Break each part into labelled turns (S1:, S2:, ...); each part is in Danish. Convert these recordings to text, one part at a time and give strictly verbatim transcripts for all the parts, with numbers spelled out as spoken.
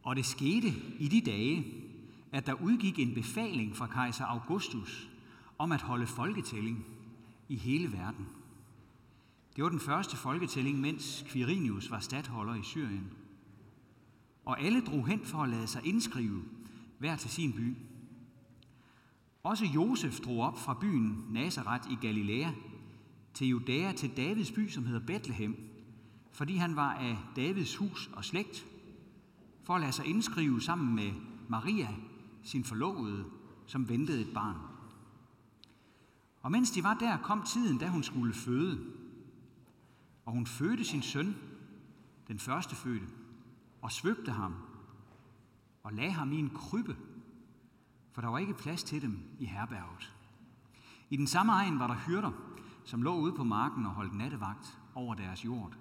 S1: Og det skete i de dage, at der udgik en befaling fra kejser Augustus om at holde folketælling i hele verden. Det var den første folketælling, mens Quirinius var statholder i Syrien. Og alle drog hen for at lade sig indskrive, hver til sin by. Også Josef drog op fra byen Nazaret i Galilea til Judæa, til Davids by, som hedder Betlehem, fordi han var af Davids hus og slægt, for at lade sig indskrive sammen med Maria, sin forlovede, som ventede et barn. Og mens de var der, kom tiden, da hun skulle føde. Og hun fødte sin søn, den førstefødte, og svøbte ham, og lagde ham i en krybbe, for der var ikke plads til dem i herberget. I den samme egen var der hyrder, som lå ude på marken og holdt nattevagt over deres jord.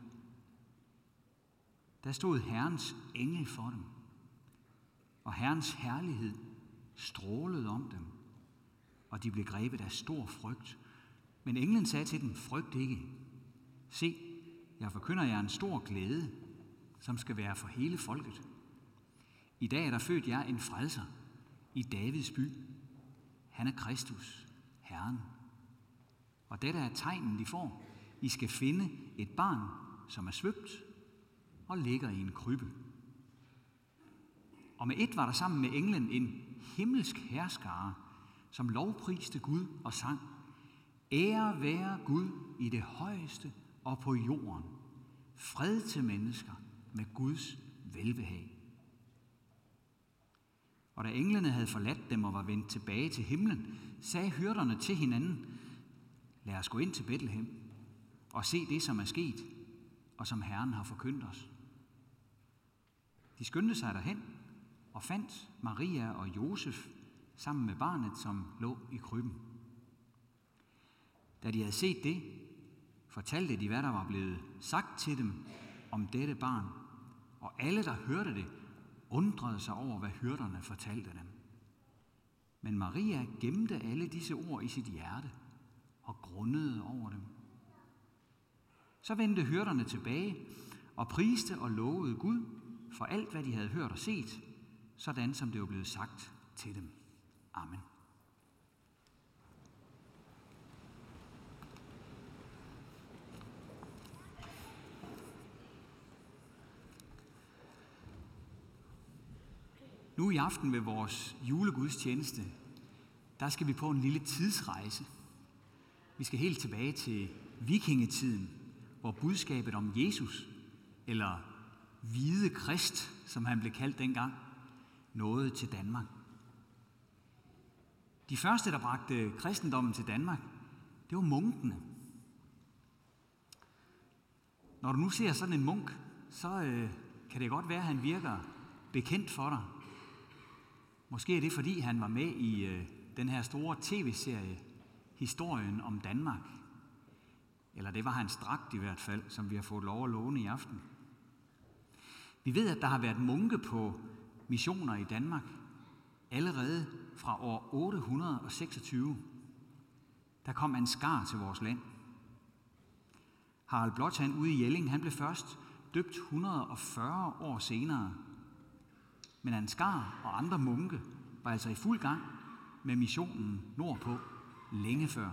S1: Der stod Herrens engel for dem, og Herrens herlighed strålede om dem, og de blev grebet af stor frygt. Men englen sagde til dem: frygt ikke. Se, jeg forkynder jer en stor glæde, som skal være for hele folket. I dag er der født jer en frelser i Davids by. Han er Kristus, Herren. Og dette er tegnen, de får. I skal finde et barn, som er svøbt og ligger i en krybbe. Og med et var der sammen med englen en himmelsk herskare, som lovpriste Gud og sang: ære være Gud i det højeste og på jorden, fred til mennesker med Guds velbehag. Og da englene havde forladt dem og var vendt tilbage til himlen, sagde hyrderne til hinanden: lad os gå ind til Betlehem og se det, som er sket, og som Herren har forkyndt os. De skyndte sig derhen og fandt Maria og Josef sammen med barnet, som lå i krybben. Da de havde set det, fortalte de, hvad der var blevet sagt til dem om dette barn, og alle, der hørte det, undrede sig over, hvad hyrderne fortalte dem. Men Maria gemte alle disse ord i sit hjerte og grundede over dem. Så vendte hyrderne tilbage og priste og lovede Gud for alt, hvad de havde hørt og set, sådan som det var blevet sagt til dem. Amen. Nu i aften ved vores julegudstjeneste, der skal vi på en lille tidsrejse. Vi skal helt tilbage til vikingetiden, hvor budskabet om Jesus, eller Hvide Krist, som han blev kaldt dengang, nåede til Danmark. De første, der bragte kristendommen til Danmark, det var munkene. Når du nu ser sådan en munk, så øh, kan det godt være, at han virker bekendt for dig. Måske er det, fordi han var med i øh, den her store tv-serie, Historien om Danmark. Eller det var hans dragt i hvert fald, som vi har fået lov at låne i aften. Vi ved, at der har været munke på missioner i Danmark allerede fra år otte hundrede og seksogtyve. Der kom Ansgar til vores land. Harald Blåtand ude i Jelling, han blev først døbt et hundrede og fyrre år senere. Men Ansgar og andre munke var altså i fuld gang med missionen nordpå længe før.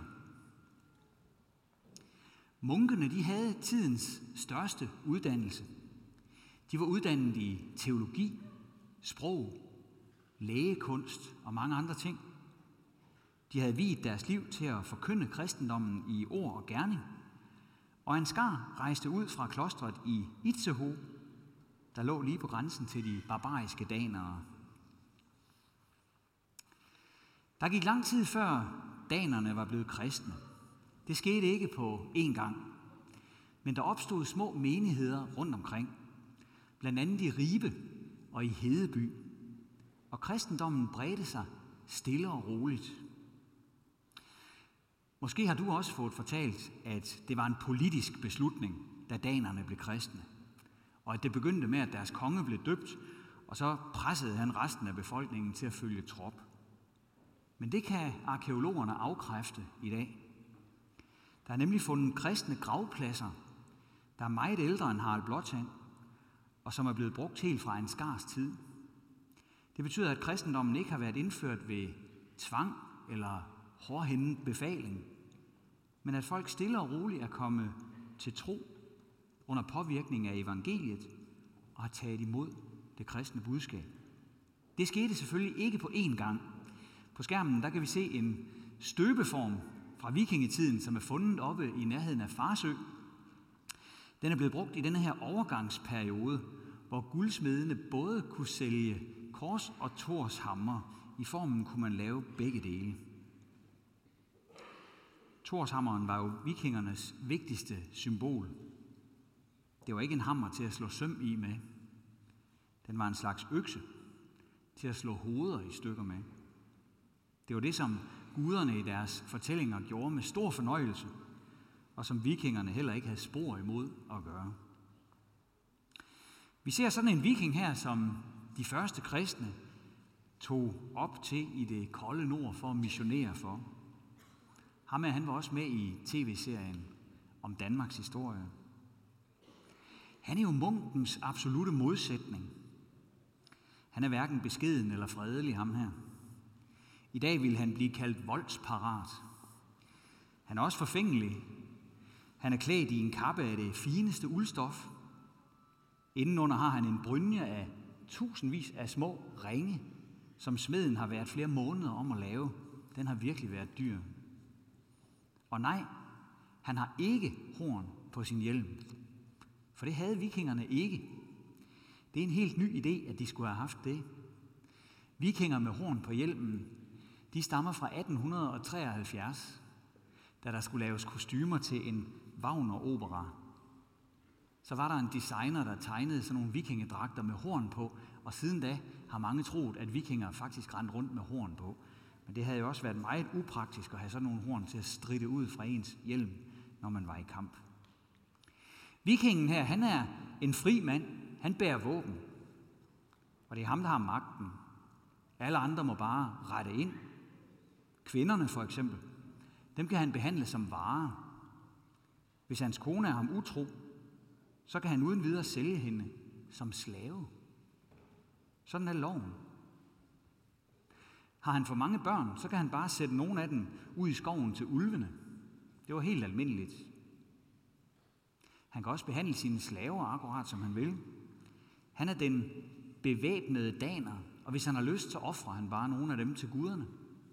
S1: Munkene, de havde tidens største uddannelse. De var uddannet i teologi, sprog, lægekunst og mange andre ting. De havde viet deres liv til at forkynde kristendommen i ord og gerning. Og Ansgar rejste ud fra klostret i Itzehoe, der lå lige på grænsen til de barbariske danere. Der gik lang tid før danerne var blevet kristne. Det skete ikke på én gang, men der opstod små menigheder rundt omkring, blandt andet i Ribe og i Hedeby, og kristendommen bredte sig stille og roligt. Måske har du også fået fortalt, at det var en politisk beslutning, da danerne blev kristne, og at det begyndte med, at deres konge blev døbt, og så pressede han resten af befolkningen til at følge trop. Men det kan arkæologerne afkræfte i dag. Der er nemlig fundet kristne gravpladser, der er meget ældre end Harald Blåtand, og som er blevet brugt helt fra Ansgars tid. Det betyder, at kristendommen ikke har været indført ved tvang eller hårdhændet befaling, men at folk stille og roligt er kommet til tro under påvirkning af evangeliet og har taget imod det kristne budskab. Det skete selvfølgelig ikke på én gang. På skærmen der kan vi se en støbeform fra vikingetiden, som er fundet oppe i nærheden af Farsø. Den er blevet brugt i denne her overgangsperiode, hvor guldsmedene både kunne sælge kors- og torshammer. I formen kunne man lave begge dele. Torshammeren var jo vikingernes vigtigste symbol. Det var ikke en hammer til at slå søm i med. Den var en slags økse til at slå hoveder i stykker med. Det var det, som guderne i deres fortællinger gjorde med stor fornøjelse, og som vikingerne heller ikke havde spor imod at gøre. Vi ser sådan en viking her, som de første kristne tog op til i det kolde nord for at missionere for. Ham her, han var også med i tv-serien om Danmarks historie. Han er jo munkens absolute modsætning. Han er hverken beskeden eller fredelig, ham her. I dag vil han blive kaldt voldsparat. Han er også forfængelig. Han er klædt i en kappe af det fineste uldstof. Indenunder har han en brynje af tusindvis af små ringe, som smeden har været flere måneder om at lave. Den har virkelig været dyr. Og nej, han har ikke horn på sin hjelm. For det havde vikingerne ikke. Det er en helt ny idé, at de skulle have haft det. Vikinger med horn på hjelmen, de stammer fra atten treoghalvfjerds, da der skulle laves kostymer til en Wagner-opera. Så var der en designer, der tegnede sådan nogle vikingedragter med horn på, og siden da har mange troet, at vikinger faktisk rendte rundt med horn på. Men det havde jo også været meget upraktisk at have sådan nogle horn til at stritte ud fra ens hjelm, når man var i kamp. Vikingen her, han er en fri mand. Han bærer våben. Og det er ham, der har magten. Alle andre må bare rette ind. Kvinderne for eksempel, dem kan han behandle som varer. Hvis hans kone er ham utro, så kan han uden videre sælge hende som slave. Sådan er loven. Har han for mange børn, så kan han bare sætte nogle af dem ud i skoven til ulvene. Det var helt almindeligt. Han kan også behandle sine slaver akkurat som han vil. Han er den bevæbnede daner, og hvis han har lyst, så offrer han bare nogle af dem til guderne.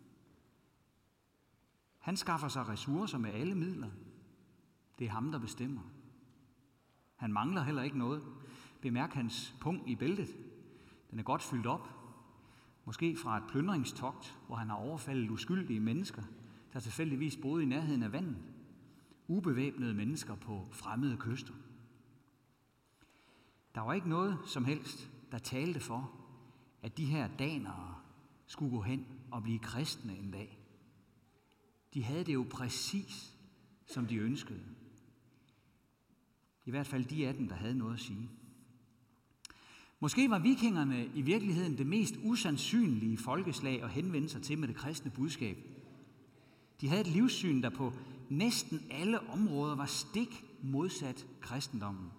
S1: Han skaffer sig ressourcer med alle midler. Det er ham, der bestemmer. Han mangler heller ikke noget. Bemærk hans pung i bæltet. Den er godt fyldt op. Måske fra et plyndringstogt, hvor han har overfaldet uskyldige mennesker, der tilfældigvis boede i nærheden af vandet. Ubevæbnede mennesker på fremmede kyster. Der var ikke noget som helst, der talte for, at de her danere skulle gå hen og blive kristne en dag. De havde det jo præcis, som de ønskede. I hvert fald de af dem, der havde noget at sige. Måske var vikingerne i virkeligheden det mest usandsynlige folkeslag at henvende sig til med det kristne budskab. De havde et livssyn, der på næsten alle områder var stik modsat kristendommen.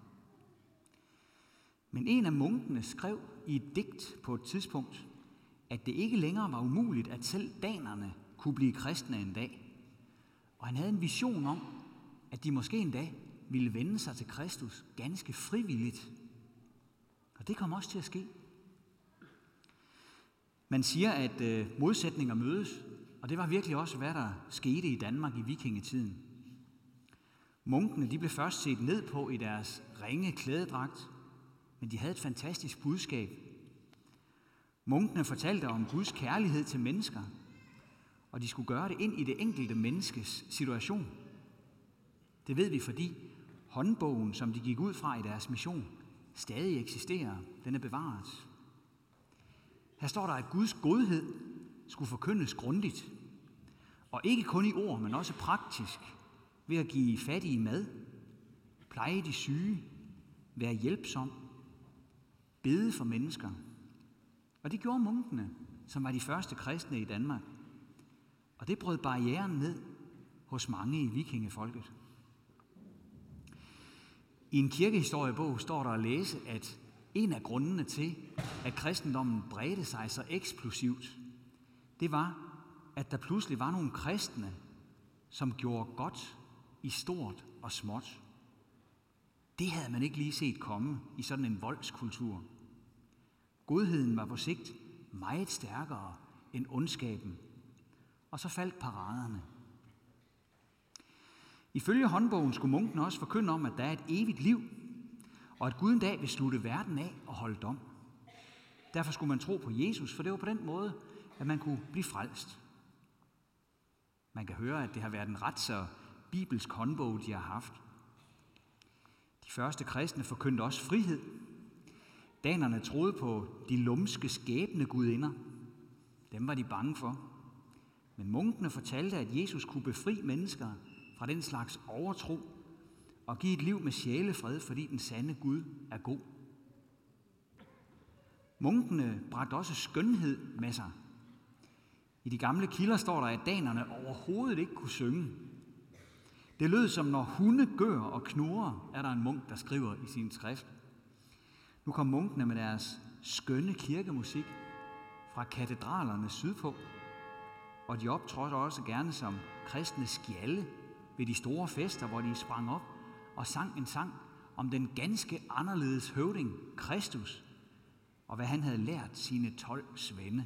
S1: Men en af munkene skrev i et digt på et tidspunkt, at det ikke længere var umuligt, at selv danerne kunne blive kristne en dag. Og han havde en vision om, at de måske en dag ville vende sig til Kristus ganske frivilligt. Og det kom også til at ske. Man siger, at øh, modsætninger mødes, og det var virkelig også, hvad der skete i Danmark i vikingetiden. Munkene de blev først set ned på i deres ringe klædedragt, men de havde et fantastisk budskab. Munkene fortalte om Guds kærlighed til mennesker, og de skulle gøre det ind i det enkelte menneskes situation. Det ved vi, fordi håndbogen, som de gik ud fra i deres mission, stadig eksisterer. Den er bevaret. Her står der, at Guds godhed skulle forkyndes grundigt, og ikke kun i ord, men også praktisk, ved at give fattige mad, pleje de syge, være hjælpsom, bede for mennesker. Og det gjorde munkene, som var de første kristne i Danmark. Og det brød barrieren ned hos mange i vikingefolket. I en kirkehistoriebog står der at læse, at en af grundene til, at kristendommen bredte sig så eksplosivt, det var, at der pludselig var nogle kristne, som gjorde godt i stort og småt. Det havde man ikke lige set komme i sådan en voldskultur. Godheden var på sigt meget stærkere end ondskaben, og så faldt paraderne. Ifølge håndbogen skulle munkene også forkynde om, at der er et evigt liv, og at Gud en dag vil slutte verden af og holde dom. Derfor skulle man tro på Jesus, for det var på den måde, at man kunne blive frelst. Man kan høre, at det har været en ret så bibelsk håndbog, de har haft. De første kristne forkyndte også frihed. Danerne troede på de lumske skæbnegudinder. Dem var de bange for. Men munkene fortalte, at Jesus kunne befri mennesker fra den slags overtro og give et liv med sjælefred, fordi den sande Gud er god. Munkene bragte også skønhed med sig. I de gamle kilder står der, at danerne overhovedet ikke kunne synge. Det lød som, når hunde gør og knurrer, er der en munk, der skriver i sin skrift. Nu kom munkene med deres skønne kirkemusik fra katedralerne sydpå, og de optrådte også gerne som kristne skjalde ved de store fester, hvor de sprang op og sang en sang om den ganske anderledes høvding, Kristus, og hvad han havde lært sine tolv svende.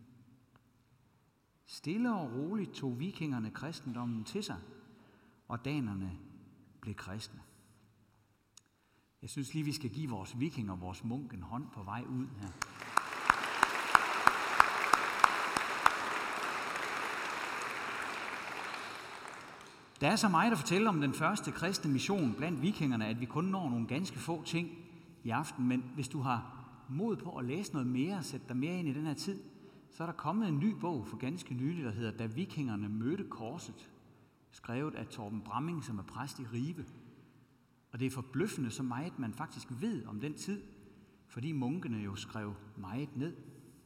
S1: Stille og roligt tog vikingerne kristendommen til sig, og danerne blev kristne. Jeg synes lige, vi skal give vores viking og vores munk en hånd på vej ud her. Der er så meget at fortælle om den første kristne mission blandt vikingerne, at vi kun når nogle ganske få ting i aften. Men hvis du har mod på at læse noget mere og sætte dig mere ind i den her tid, så er der kommet en ny bog for ganske nylig, der hedder Da vikingerne mødte korset, skrevet af Torben Bramming, som er præst i Ribe. Og det er forbløffende så meget, man faktisk ved om den tid, fordi munkene jo skrev meget ned.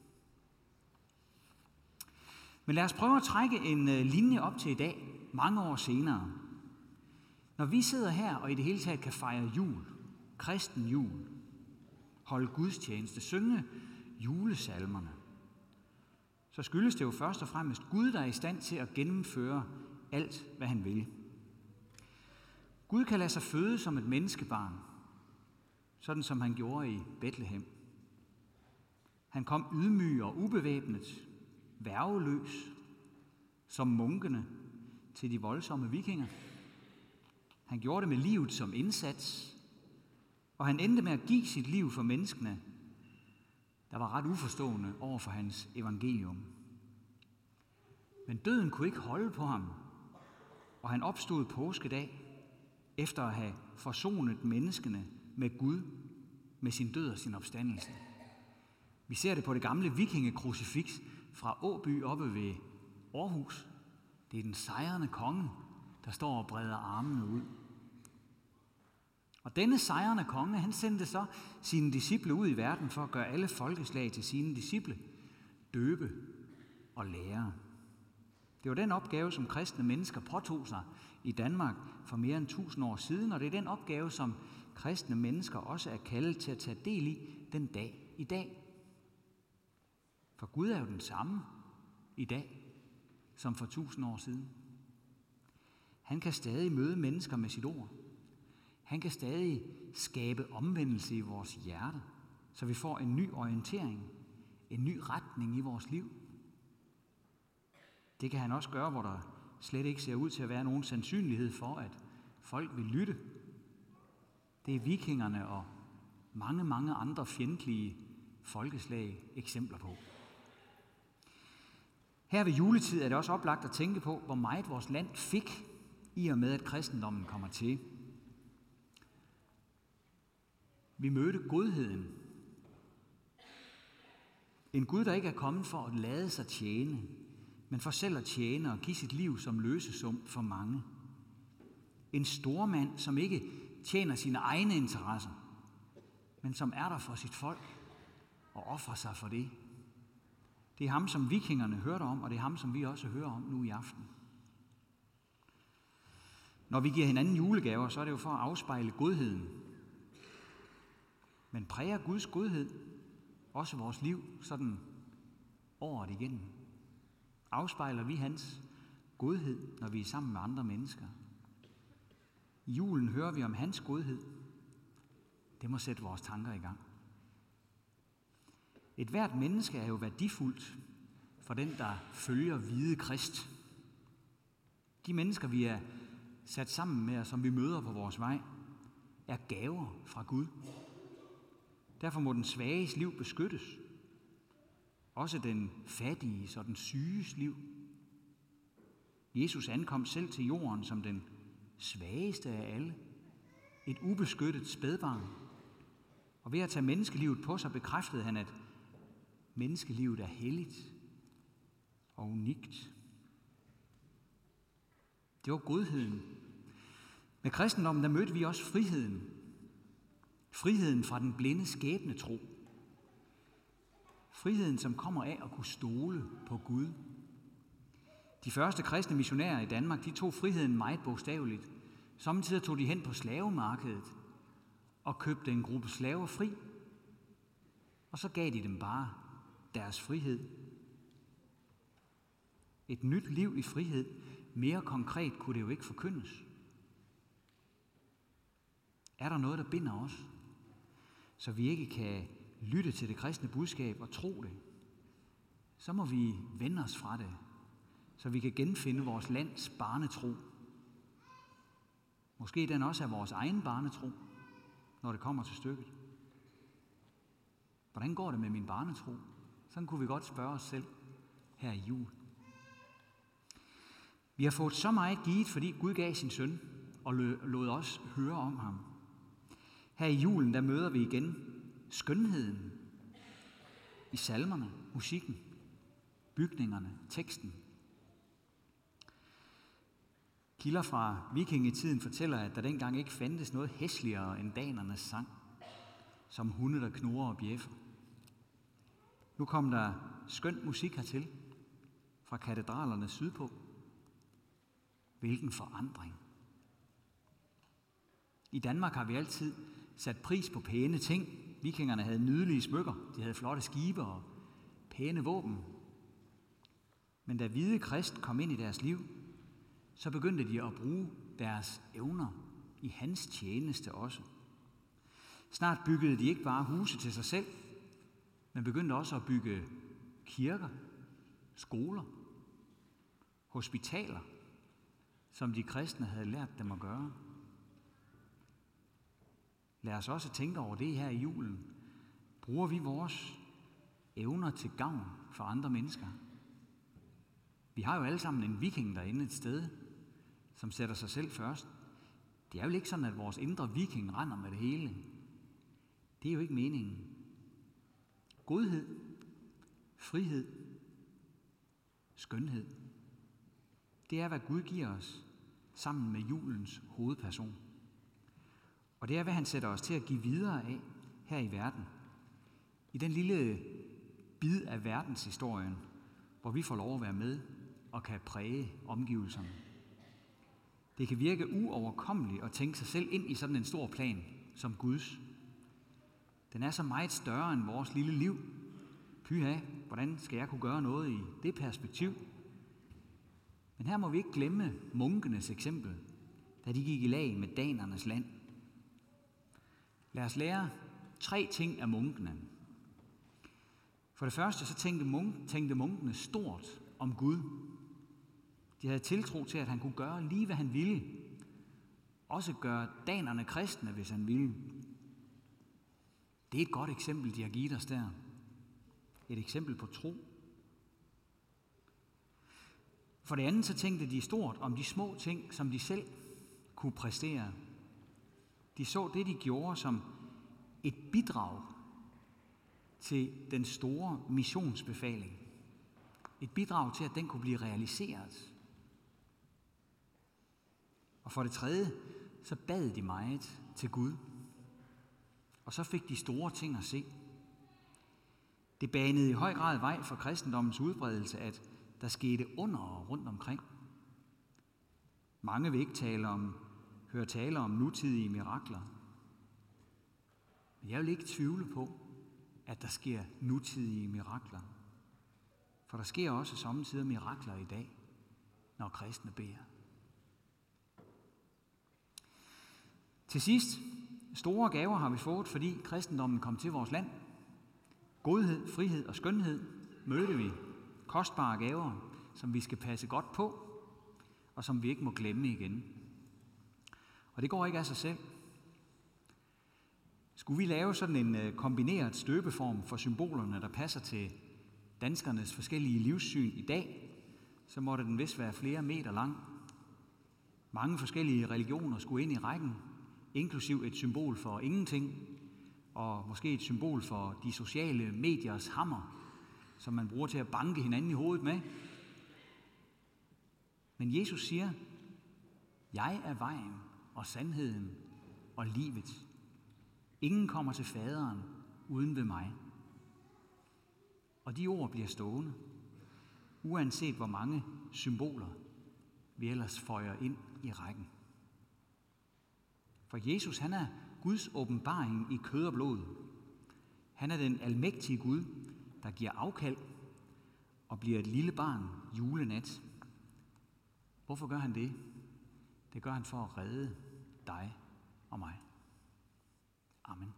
S1: Men lad os prøve at trække en linje op til i dag, mange år senere. Når vi sidder her og i det hele taget kan fejre jul, kristen jul, holde gudstjeneste, synge julesalmerne, så skyldes det jo først og fremmest Gud, der er i stand til at gennemføre alt, hvad han vil. Gud kan lade sig føde som et menneskebarn, sådan som han gjorde i Betlehem. Han kom ydmyg og ubevæbnet, værgeløs, som munkene til de voldsomme vikinger. Han gjorde det med livet som indsats, og han endte med at give sit liv for menneskene, der var ret uforstående over for hans evangelium. Men døden kunne ikke holde på ham, og han opstod påskedag, efter at have forsonet menneskene med Gud, med sin død og sin opstandelse. Vi ser det på det gamle vikingekrucifiks fra Åby oppe ved Aarhus. Det er den sejrende konge, der står og breder armene ud. Og denne sejrende konge, han sendte så sine disciple ud i verden for at gøre alle folkeslag til sine disciple, døbe og lære. Det var den opgave, som kristne mennesker påtog sig i Danmark for mere end tusind år siden, og det er den opgave, som kristne mennesker også er kaldet til at tage del i den dag i dag. For Gud er jo den samme i dag, som for tusind år siden. Han kan stadig møde mennesker med sit ord. Han kan stadig skabe omvendelse i vores hjerte, så vi får en ny orientering, en ny retning i vores liv. Det kan han også gøre, hvor der slet ikke ser ud til at være nogen sandsynlighed for, at folk vil lytte. Det er vikingerne og mange, mange andre fjendtlige folkeslag eksempler på. Her ved juletid er det også oplagt at tænke på, hvor meget vores land fik, i og med at kristendommen kommer til. Vi mødte godheden. En Gud, der ikke er kommet for at lade sig tjene, men for selv at tjene og give sit liv som løsesum for mange. En stormand, som ikke tjener sine egne interesser, men som er der for sit folk og offrer sig for det. Det er ham, som vikingerne hørte om, og det er ham, som vi også hører om nu i aften. Når vi giver hinanden julegaver, så er det jo for at afspejle godheden. Men præger Guds godhed også vores liv sådan året igennem? Afspejler vi hans godhed, når vi er sammen med andre mennesker? I julen hører vi om hans godhed. Det må sætte vores tanker i gang. Et hvert menneske er jo værdifuldt for den, der følger hvide krist. De mennesker, vi er sat sammen med, og som vi møder på vores vej, er gaver fra Gud. Derfor må den svages liv beskyttes. Også den fattiges og den syges liv. Jesus ankom selv til jorden som den svageste af alle. Et ubeskyttet spædbarn. Og ved at tage menneskelivet på sig, bekræftede han, at menneskelivet er helligt og unikt. Det var godheden. Med kristendommen, der mødte vi også friheden. Friheden fra den blinde skæbnetro. Friheden, som kommer af at kunne stole på Gud. De første kristne missionærer i Danmark, de tog friheden meget bogstaveligt. Samtidig tog de hen på slavemarkedet og købte en gruppe slaver fri. Og så gav de dem bare deres frihed. Et nyt liv i frihed. Mere konkret kunne det jo ikke forkyndes. Er der noget, der binder os, så vi ikke kan lytte til det kristne budskab og tro det, så må vi vende os fra det, så vi kan genfinde vores lands barnetro. Måske den også er vores egen barnetro, når det kommer til stykket. Hvordan går det med min barnetro? Sådan kunne vi godt spørge os selv her i jul. Vi har fået så meget givet, fordi Gud gav sin søn og lod os høre om ham. Her i julen, der møder vi igen skønheden i salmerne, musikken, bygningerne, teksten. Kilder fra vikingetiden fortæller, at der dengang ikke fandtes noget hæsligere end danernes sang, som hunde, der knurrer og bjæffer. Nu kom der skøn musik hertil fra katedralerne sydpå. Hvilken forandring. I Danmark har vi altid sat pris på pæne ting. Vikingerne havde nydelige smykker, de havde flotte skibe og pæne våben. Men da hvide krist kom ind i deres liv, så begyndte de at bruge deres evner i hans tjeneste også. Snart byggede de ikke bare huse til sig selv, men begyndte også at bygge kirker, skoler, hospitaler, som de kristne havde lært dem at gøre. Lad os også tænke over det her i julen. Bruger vi vores evner til gavn for andre mennesker? Vi har jo alle sammen en viking derinde et sted, som sætter sig selv først. Det er jo ikke sådan, at vores indre viking render med det hele. Det er jo ikke meningen. Godhed, frihed, skønhed. Det er, hvad Gud giver os sammen med julens hovedperson. Og det er, hvad han sætter os til at give videre af her i verden. I den lille bid af verdenshistorien, hvor vi får lov at være med og kan præge omgivelserne. Det kan virke uoverkommeligt at tænke sig selv ind i sådan en stor plan som Guds. Den er så meget større end vores lille liv. Pyha, hvordan skal jeg kunne gøre noget i det perspektiv? Men her må vi ikke glemme munkenes eksempel, da de gik i lag med danernes land. Lad os lære tre ting af munkene. For det første så tænkte, munk, tænkte munkene stort om Gud. De havde tiltro til, at han kunne gøre lige, hvad han ville. Også gøre danerne kristne, hvis han ville. Det er et godt eksempel, de har givet os der. Et eksempel på tro. For det andet så tænkte de stort om de små ting, som de selv kunne præstere. De så det, de gjorde, som et bidrag til den store missionsbefaling. Et bidrag til, at den kunne blive realiseret. Og for det tredje, så bad de meget til Gud. Og så fik de store ting at se. Det banede i høj grad vej for kristendommens udbredelse, at der skete under rundt omkring. Mange vil ikke tale om, høre tale om nutidige mirakler. Men jeg vil ikke tvivle på, at der sker nutidige mirakler. For der sker også samtidig mirakler i dag, når kristne beder. Til sidst, store gaver har vi fået, fordi kristendommen kom til vores land. Godhed, frihed og skønhed mødte vi. Kostbare gaver, som vi skal passe godt på, og som vi ikke må glemme igen. Og det går ikke af sig selv. Skulle vi lave sådan en kombineret støbeform for symbolerne, der passer til danskernes forskellige livssyn i dag, så måtte den vist være flere meter lang. Mange forskellige religioner skulle ind i rækken, inklusiv et symbol for ingenting, og måske et symbol for de sociale mediers hammer, som man bruger til at banke hinanden i hovedet med. Men Jesus siger, jeg er vejen og sandheden og livet. Ingen kommer til faderen uden ved mig. Og de ord bliver stående, uanset hvor mange symboler vi ellers føjer ind i rækken. For Jesus, han er Guds åbenbaring i kød og blod. Han er den almægtige Gud, der giver afkald og bliver et lille barn julenat. Hvorfor gør han det? Det gør han for at redde dig og mig. Amen.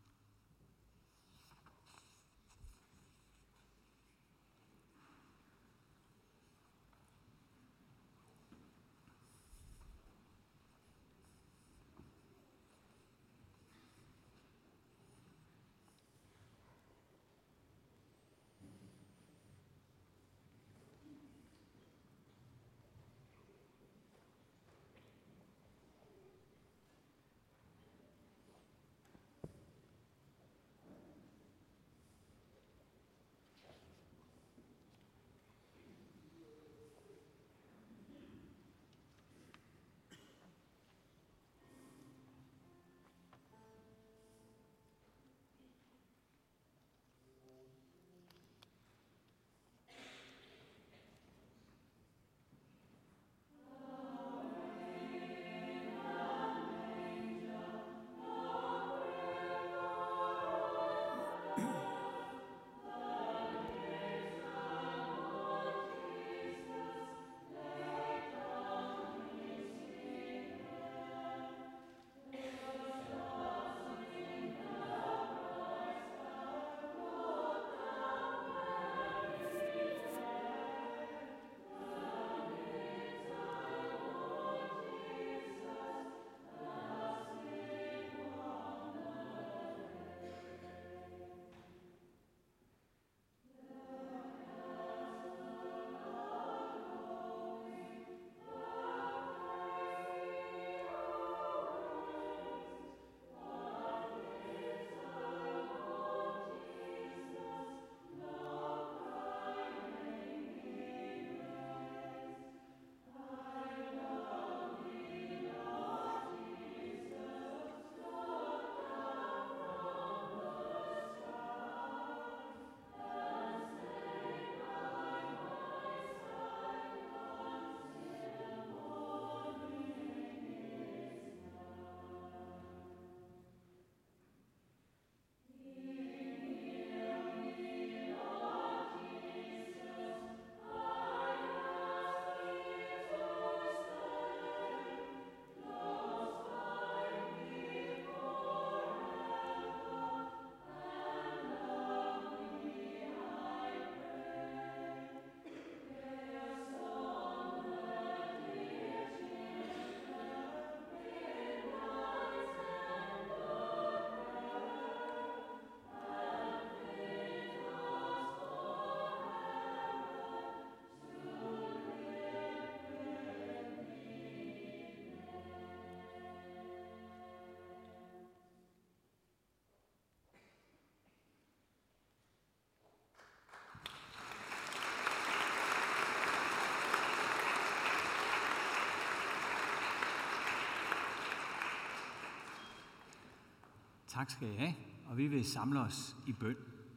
S1: Tak skal I have, og vi vil samle os i bøn.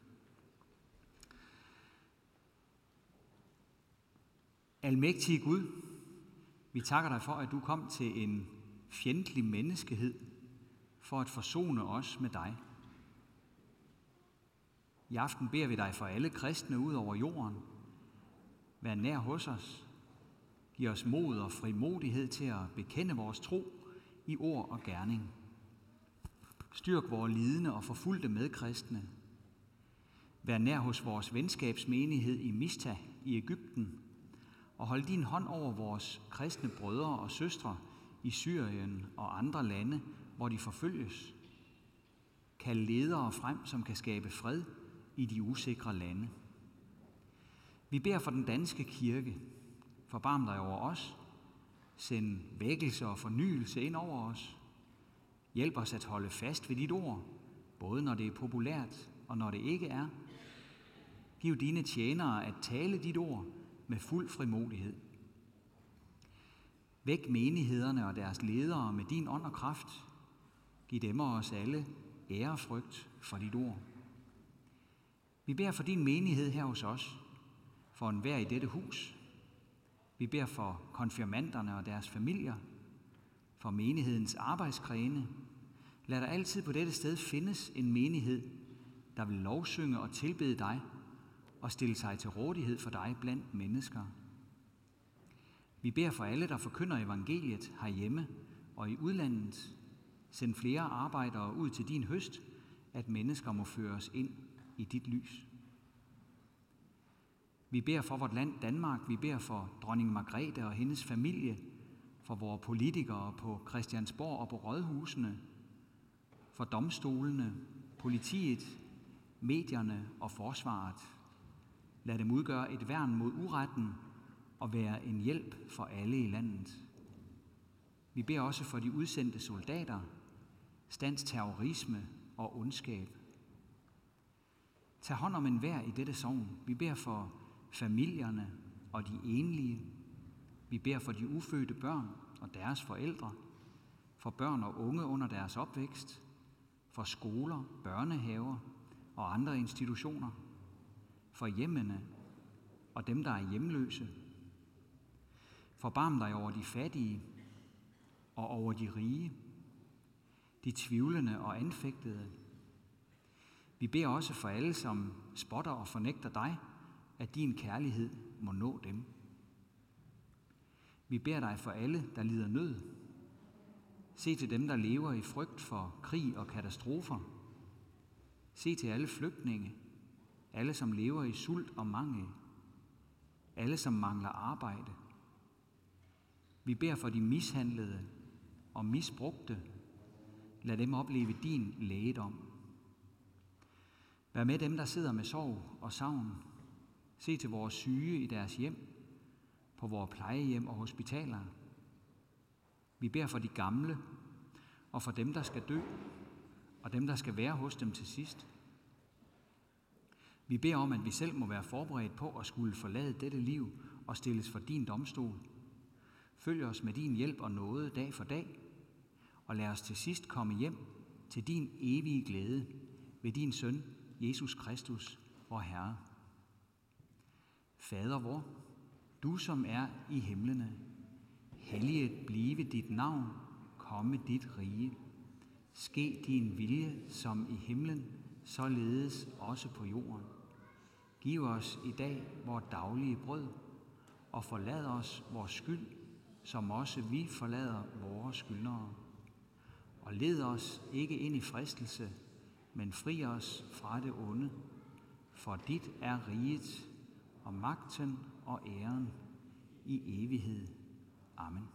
S1: Almægtige Gud, vi takker dig for, at du kom til en fjendtlig menneskehed for at forsone os med dig. I aften beder vi dig for alle kristne ud over jorden. Vær nær hos os. Giv os mod og frimodighed til at bekende vores tro i ord og gerning. Styrk vores lidende og forfulgte medkristne. Vær nær hos vores venskabsmenighed i Mista i Egypten, og hold din hånd over vores kristne brødre og søstre i Syrien og andre lande, hvor de forfølges. Kald ledere frem, som kan skabe fred i de usikre lande. Vi beder for den danske kirke. Forbarm dig over os. Send vækkelse og fornyelse ind over os. Hjælp os at holde fast ved dit ord, både når det er populært og når det ikke er. Giv dine tjenere at tale dit ord med fuld frimodighed. Væk menighederne og deres ledere med din ånd og kraft. Giv dem og os alle ærefrygt for dit ord. Vi beder for din menighed her hos os, for enhver i dette hus. Vi beder for konfirmanderne og deres familier, for menighedens arbejdsgrene. Lad der altid på dette sted findes en menighed, der vil lovsynge og tilbede dig og stille sig til rådighed for dig blandt mennesker. Vi beder for alle, der forkynder evangeliet herhjemme og i udlandet. Send flere arbejdere ud til din høst, at mennesker må føres ind i dit lys. Vi beder for vort land Danmark, vi beder for dronning Margrethe og hendes familie, for vores politikere på Christiansborg og på rådhusene, for domstolene, politiet, medierne og forsvaret. Lad dem udgøre et værn mod uretten og være en hjælp for alle i landet. Vi beder også for de udsendte soldater, stands terrorisme og ondskab. Tag hånd om enhver i dette sogn. Vi beder for familierne og de enlige. Vi beder for de ufødte børn og deres forældre, for børn og unge under deres opvækst, for skoler, børnehaver og andre institutioner, for hjemmene og dem, der er hjemløse. Forbarm dig over de fattige og over de rige, de tvivlende og anfægtede. Vi beder også for alle, som spotter og fornægter dig, at din kærlighed må nå dem. Vi beder dig for alle, der lider nød. Se til dem, der lever i frygt for krig og katastrofer. Se til alle flygtninge, alle som lever i sult og mangel, alle som mangler arbejde. Vi beder for de mishandlede og misbrugte. Lad dem opleve din lægedom. Vær med dem, der sidder med sorg og savn. Se til vores syge i deres hjem, på vores plejehjem og hospitaler. Vi beder for de gamle og for dem, der skal dø, og dem, der skal være hos dem til sidst. Vi beder om, at vi selv må være forberedt på at skulle forlade dette liv og stilles for din domstol. Følg os med din hjælp og nåde dag for dag, og lad os til sidst komme hjem til din evige glæde ved din søn, Jesus Kristus, vor Herre. Fader vor, du som er i himlene, helliget blive dit navn, komme dit rige. Ske din vilje som i himlen, således også på jorden. Giv os i dag vores daglige brød, og forlad os vores skyld, som også vi forlader vores skyldnere. Og led os ikke ind i fristelse, men fri os fra det onde. For dit er riget, og magten og æren i evighed. Amen.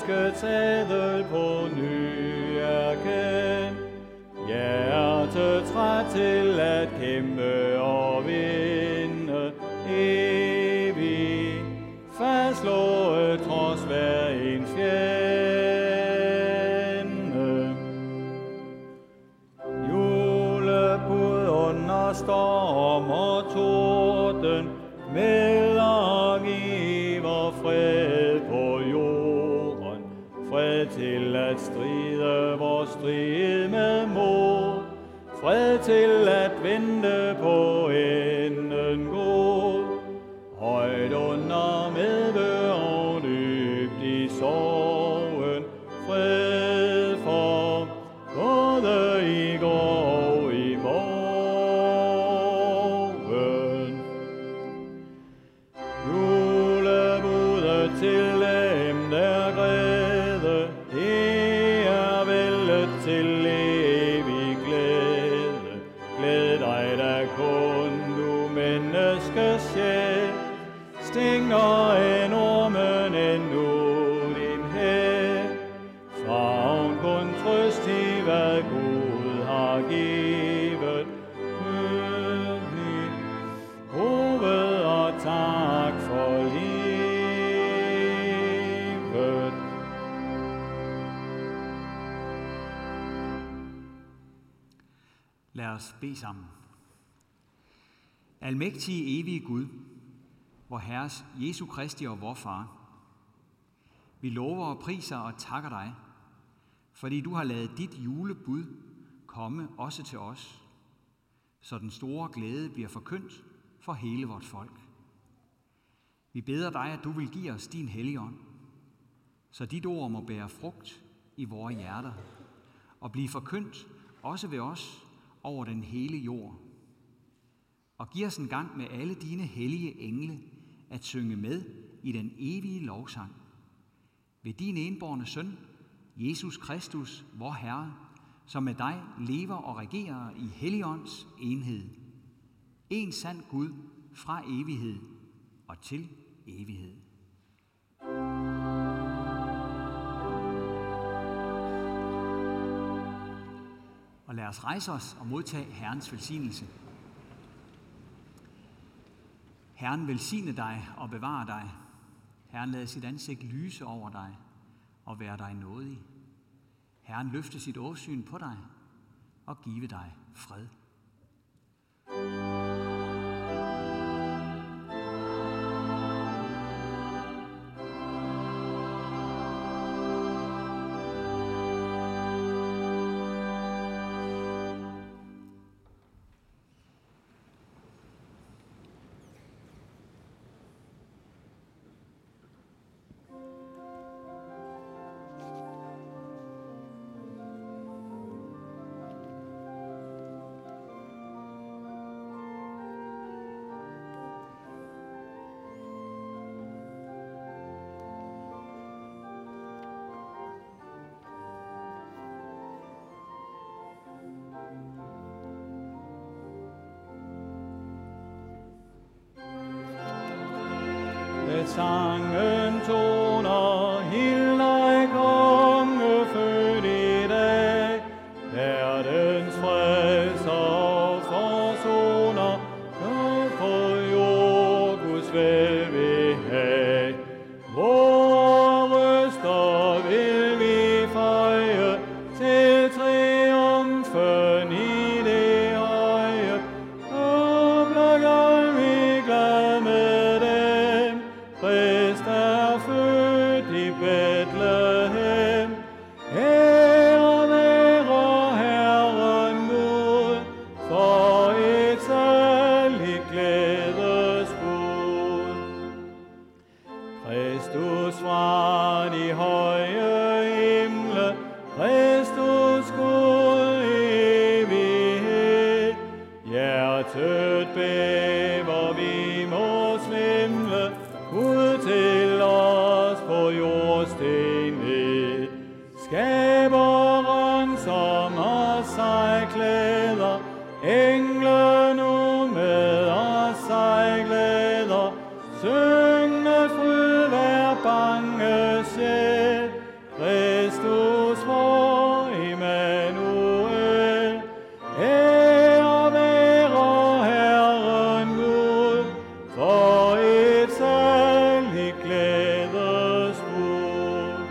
S2: menneskets adel på ny erkendt. Hjertet træt til at kæmpe og vinde evigt, fastslået trods hver en fjende. Julebud under storm og torden, med og giver fred på jorden, fred til at stride vores strid med mod, fred til at vente på enden god, højt under medbør og dybt i sorgen, fred for både i går og i morgen. Julebudet til dem, der græder, det er vældet til evig glæde. Glæd dig da kun, du menneskes sjæl, stinger en ormen endnu din hæl. Favn kun trøst i, hvad Gud har givet. Hødlig hoved og tak for livet.
S1: Lad os bede sammen. Almægtige evige Gud, vor Herres Jesu Kristi og vor Far, vi lover og priser og takker dig, fordi du har ladet dit julebud komme også til os, så den store glæde bliver forkyndt for hele vort folk. Vi beder dig, at du vil give os din Helligånd, så dit ord må bære frugt i vores hjerter og blive forkyndt også ved os over den hele jord. Og giv os en gang med alle dine hellige engle at synge med i den evige lovsang. Ved din enbårne søn, Jesus Kristus, vor Herre, som med dig lever og regerer i Helligånds enhed. En sand Gud fra evighed og til evighed. Og lad os rejse os og modtage Herrens velsignelse. Herren velsigne dig og bevare dig. Herren lad sit ansigt lyse over dig og være dig nådig. Herren løfte sit åsyn på dig og give dig fred.
S2: Med sangen toner, hild dig konge født i dag, verdens frelser og forsoner, nu på jord Guds vel vil have. Vore røster vil vi føje til triumfen i det høje, og bliver vi glad med dem. Krist er født i Bethlehem. Ære være Herren Gud for et særligt glædesbud. Kristus fra de høje himle, Kristus Gud evighed. Hjertet bæver, vi må svimle, ud til os på jordsten ned. Skaberen, som os sig klæder, engle nu med os sig glæder. Synge fryd hver bange sjæl, Kristus vor Immanuel. Ære være Herren Gud for et særligt glædesbud.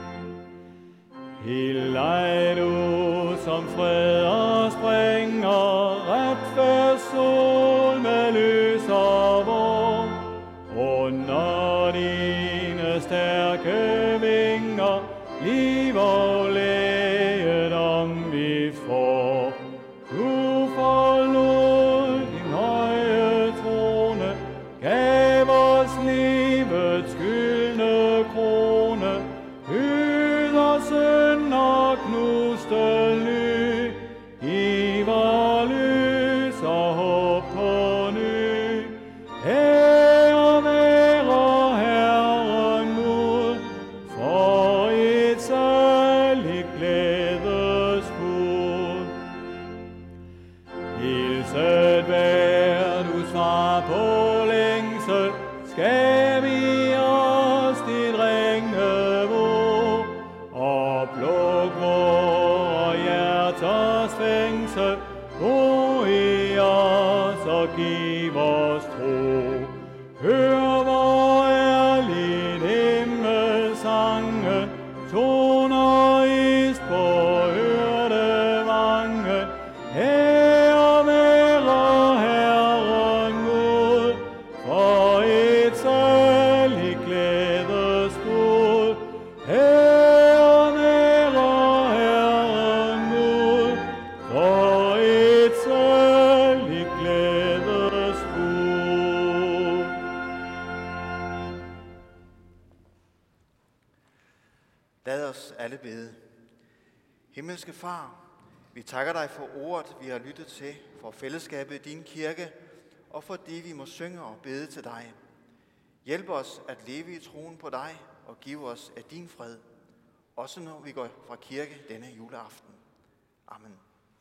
S2: Hil dig du, som fred og springer, retfærds sol med lys og vor. Under dine stærke vinger, liv og lægedom vi får. Du forlod din høje trone, gav os livets gyldne krone, yder synd og knuste ly, giver lys og håb på ny. Ære være Herren Gud for et særligt glædesbud. Hilset vær du svar på længsel, skal vi os dit ringe vor, og pluk vor hjerters fængsel, bo i os og giv os tro. Hør hvor ærligt himmelsangen toner ist på hørte vange. Ære være Herren Gud for et særligt glædesbud. Ære være Herren Gud for et særligt glædesbud.
S3: Lad os alle bede. Himmelske Far, vi takker dig for ordet, vi har lyttet til, for fællesskabet i din kirke, og fordi vi må synge og bede til dig. Hjælp os at leve i troen på dig, og giv os af din fred, også når vi går fra kirke denne juleaften. Amen.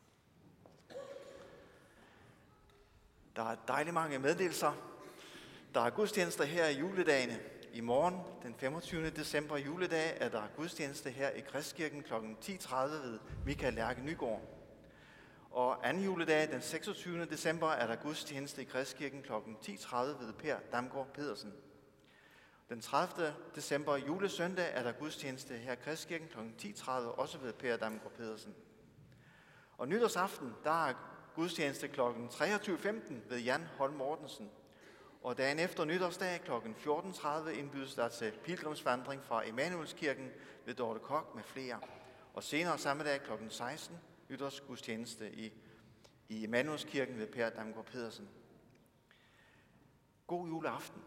S3: Der er dejligt mange meddelelser. Der er gudstjenester her i juledagene. I morgen, den femogtyvende december juledag, er der gudstjeneste her i Kristkirken kl. ti tredive ved Michael Lærke Nygaard. Og anden juledag, den seksogtyvende december, er der gudstjeneste i Kristkirken kl. ti tredive ved Per Damgaard Pedersen. Den tredivte december, julesøndag, er der gudstjeneste her i Kristkirken kl. ti tredive, også ved Per Damgaard Pedersen. Og nytårsaften, der er gudstjeneste kl. treogtyve femten ved Jan Holm Mortensen. Og dagen efter nytårsdag kl. fjorten tredive indbydes der til pilgrimsvandring fra Emanuelskirken ved Dorte Kok med flere. Og senere samme dag kl. seksten nytårsgudstjeneste i, i Emanuelskirken ved Per Damgaard Pedersen. God juleaften.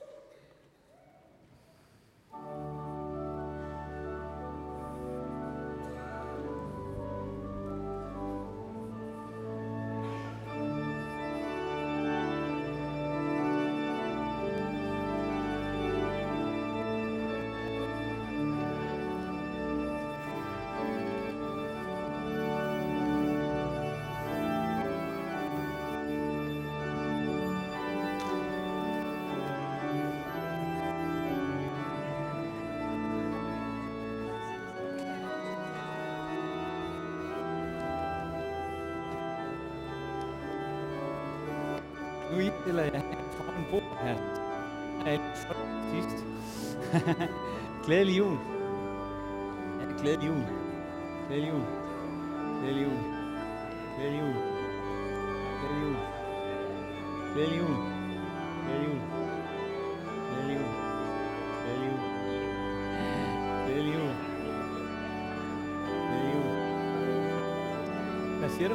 S1: Nu indstiller jeg foran bord her. Jeg er lidt flot sidst. Glædelig jul. Ja, glædelig jul. Glædelig jul. Glædelig jul. Glædelig jul. Glædelig jul. Glædelig jul. Glædelig jul. Glædelig jul. Glædelig jul. Glædelig jul. Glædelig jul. Hvad siger du?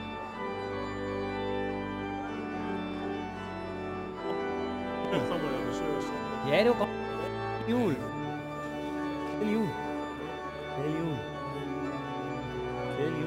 S1: Ja, det var godt. Jul. Glædelig jul. Glædelig jul. Glædelig jul.